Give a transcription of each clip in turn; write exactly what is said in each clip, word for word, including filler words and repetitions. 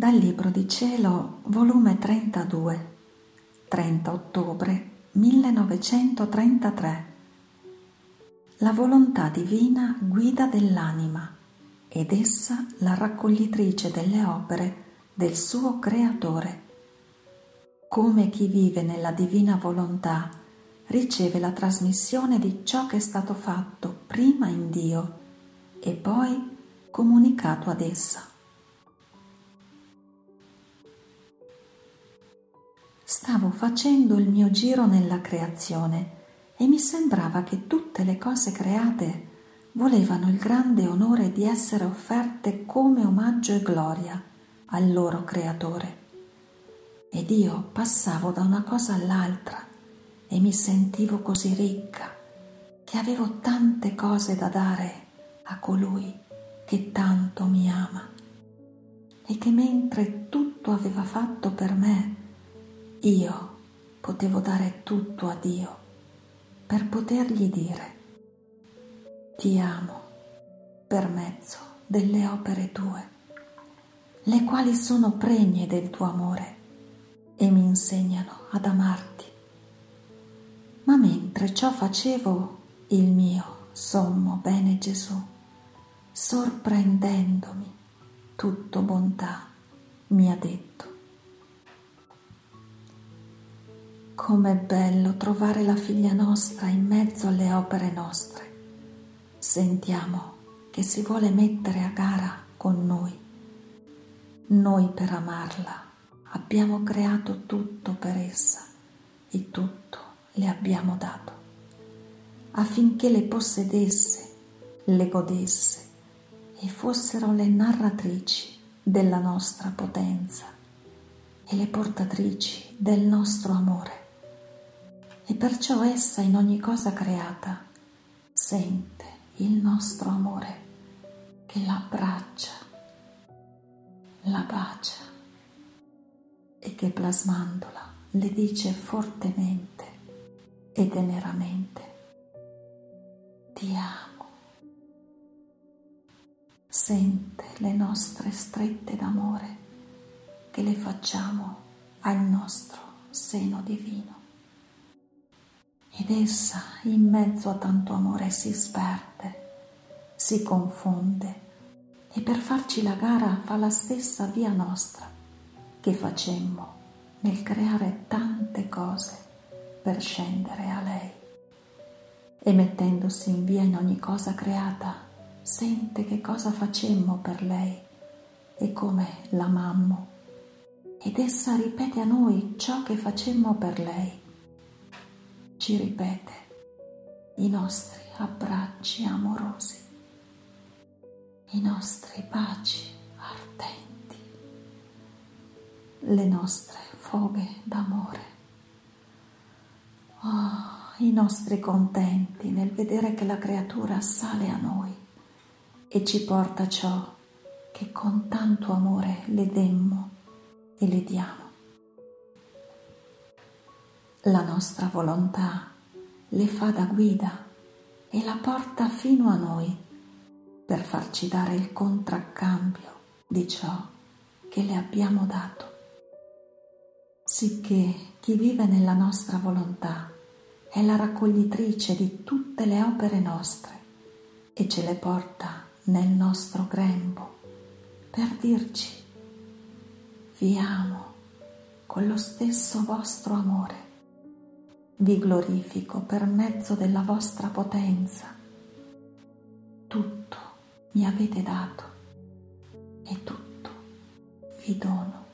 Dal Libro di Cielo, volume trentadue, trenta ottobre millenovecentotrentatré. La volontà divina guida dell'anima ed essa la raccoglitrice delle opere del suo Creatore. Come chi vive nella divina volontà riceve la trasmissione di ciò che è stato fatto prima in Dio e poi comunicato ad essa. Stavo facendo il mio giro nella creazione e mi sembrava che tutte le cose create volevano il grande onore di essere offerte come omaggio e gloria al loro Creatore. Ed io passavo da una cosa all'altra e mi sentivo così ricca che avevo tante cose da dare a colui che tanto mi ama e che mentre tutto aveva fatto per me, io potevo dare tutto a Dio per potergli dire: ti amo per mezzo delle opere tue, le quali sono pregne del tuo amore e mi insegnano ad amarti. Ma mentre ciò facevo, il mio sommo bene Gesù, sorprendendomi tutto bontà, mi ha detto: com'è bello trovare la figlia nostra in mezzo alle opere nostre. Sentiamo che si vuole mettere a gara con noi. Noi per amarla abbiamo creato tutto per essa e tutto le abbiamo dato, affinché le possedesse, le godesse e fossero le narratrici della nostra potenza e le portatrici del nostro amore. E perciò essa in ogni cosa creata sente il nostro amore che l'abbraccia, la bacia e che plasmandola le dice fortemente e teneramente: ti amo. Sente le nostre strette d'amore che le facciamo al nostro seno divino. Ed essa, in mezzo a tanto amore, si sperde, si confonde e per farci la gara fa la stessa via nostra che facemmo nel creare tante cose per scendere a lei. E mettendosi in via in ogni cosa creata, sente che cosa facemmo per lei e come l'amammo. Ed essa ripete a noi ciò che facemmo per lei. Ci ripete i nostri abbracci amorosi, i nostri baci ardenti, le nostre foghe d'amore, oh, i nostri contenti nel vedere che la creatura sale a noi e ci porta ciò che con tanto amore le demmo e le diamo. La nostra volontà le fa da guida e la porta fino a noi per farci dare il contraccambio di ciò che le abbiamo dato, sicché chi vive nella nostra volontà è la raccoglitrice di tutte le opere nostre e ce le porta nel nostro grembo per dirci: vi amo con lo stesso vostro amore. Vi glorifico per mezzo della vostra potenza. Tutto mi avete dato e tutto vi dono.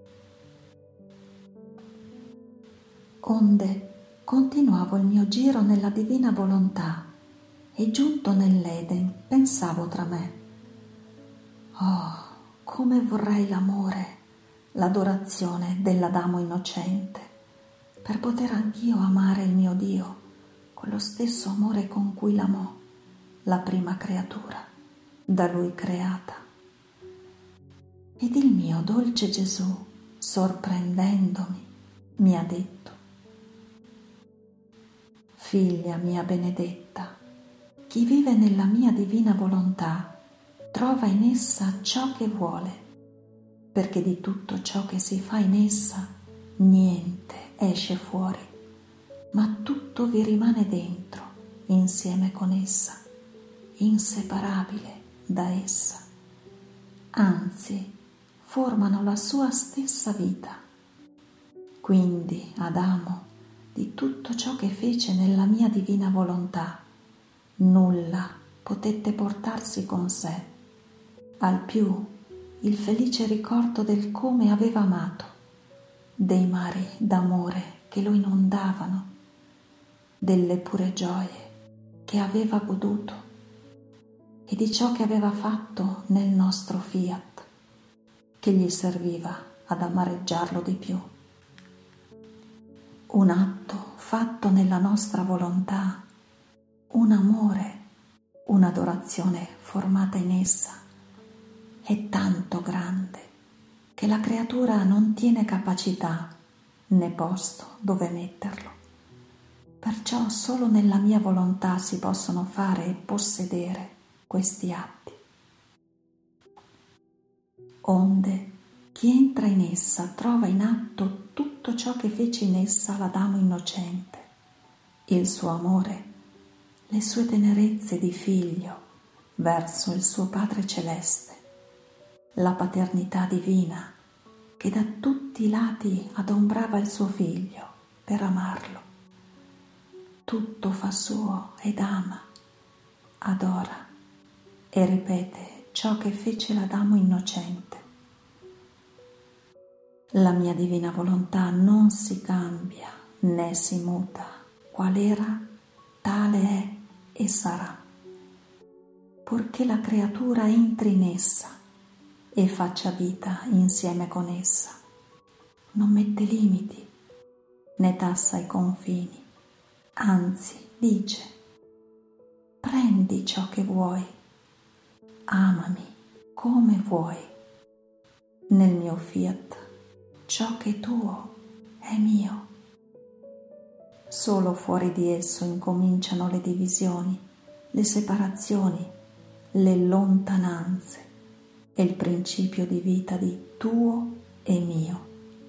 Onde continuavo il mio giro nella divina volontà e giunto nell'Eden pensavo tra me: oh, come vorrei l'amore, l'adorazione dell'Adamo innocente, per poter anch'io amare il mio Dio con lo stesso amore con cui l'amò la prima creatura, da Lui creata. Ed il mio dolce Gesù, sorprendendomi, mi ha detto: figlia mia benedetta, chi vive nella mia divina volontà trova in essa ciò che vuole. perché di tutto ciò che si fa in essa niente esce fuori, ma tutto vi rimane dentro, insieme con essa, inseparabile da essa. Anzi, formano la sua stessa vita. Quindi, Adamo, di tutto ciò che fece nella mia divina volontà, nulla potette portarsi con sé, al più il felice ricordo del come aveva amato, dei mari d'amore che lo inondavano, delle pure gioie che aveva goduto e di ciò che aveva fatto nel nostro fiat, che gli serviva ad amareggiarlo di più. Un atto fatto nella nostra volontà, un amore, un'adorazione formata in essa, è tanto grande che la creatura non tiene capacità né posto dove metterlo. Perciò solo nella mia volontà si possono fare e possedere questi atti. Onde chi entra in essa trova in atto tutto ciò che fece in essa l'Adamo innocente, il suo amore, le sue tenerezze di figlio verso il suo Padre Celeste, la paternità divina che da tutti i lati adombrava il suo figlio per amarlo. Tutto fa suo ed ama, adora e ripete ciò che fece l'Adamo innocente. La mia divina volontà non si cambia né si muta, qual era, tale è e sarà, purché la creatura entri in essa e faccia vita insieme con essa. Non mette limiti né tassa i confini, anzi dice: prendi ciò che vuoi, amami come vuoi. Nel mio fiat ciò che è tuo è mio. Solo fuori di esso incominciano le divisioni, le separazioni, le lontananze e il principio di vita di tuo e mio.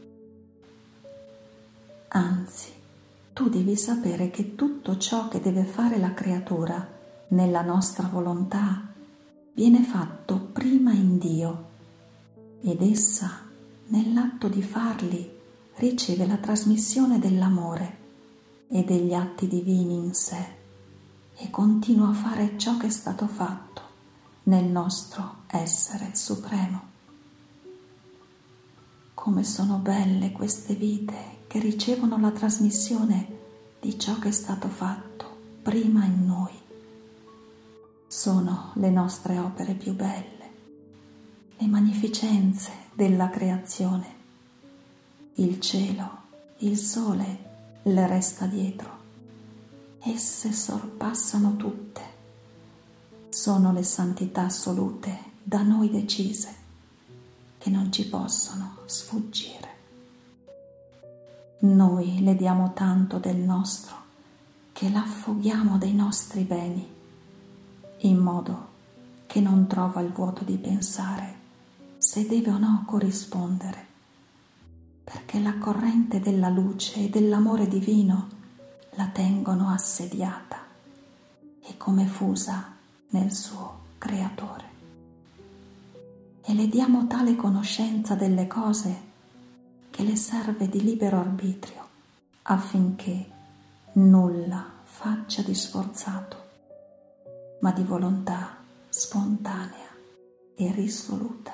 Anzi, tu devi sapere che tutto ciò che deve fare la creatura nella nostra volontà viene fatto prima in Dio, ed essa, nell'atto di farli, riceve la trasmissione dell'amore e degli atti divini in sé e continua a fare ciò che è stato fatto nel nostro essere supremo. Come sono belle queste vite che ricevono la trasmissione di ciò che è stato fatto prima in noi. Sono le nostre opere più belle, le magnificenze della creazione. Il cielo, il sole le resta dietro. Esse sorpassano tutte. Sono le santità assolute da noi decise, che non ci possono sfuggire. Noi le diamo tanto del nostro che l'affoghiamo dei nostri beni, in modo che non trova il vuoto di pensare se deve o no corrispondere, perché la corrente della luce e dell'amore divino la tengono assediata e come fusa nel suo creatore. E le diamo tale conoscenza delle cose che le serve di libero arbitrio, affinché nulla faccia di sforzato, ma di volontà spontanea e risoluta.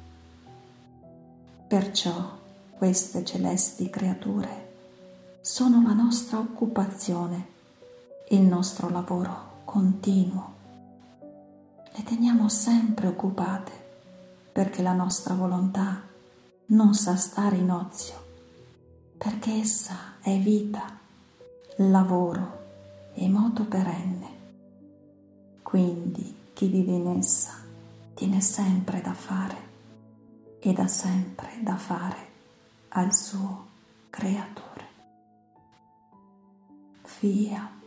Perciò queste celesti creature sono la nostra occupazione, il nostro lavoro continuo. Le teniamo sempre occupate, perché la nostra volontà non sa stare in ozio, perché essa è vita, lavoro e moto perenne. Quindi chi vive in essa tiene sempre da fare e da sempre da fare al suo creatore. Fiat.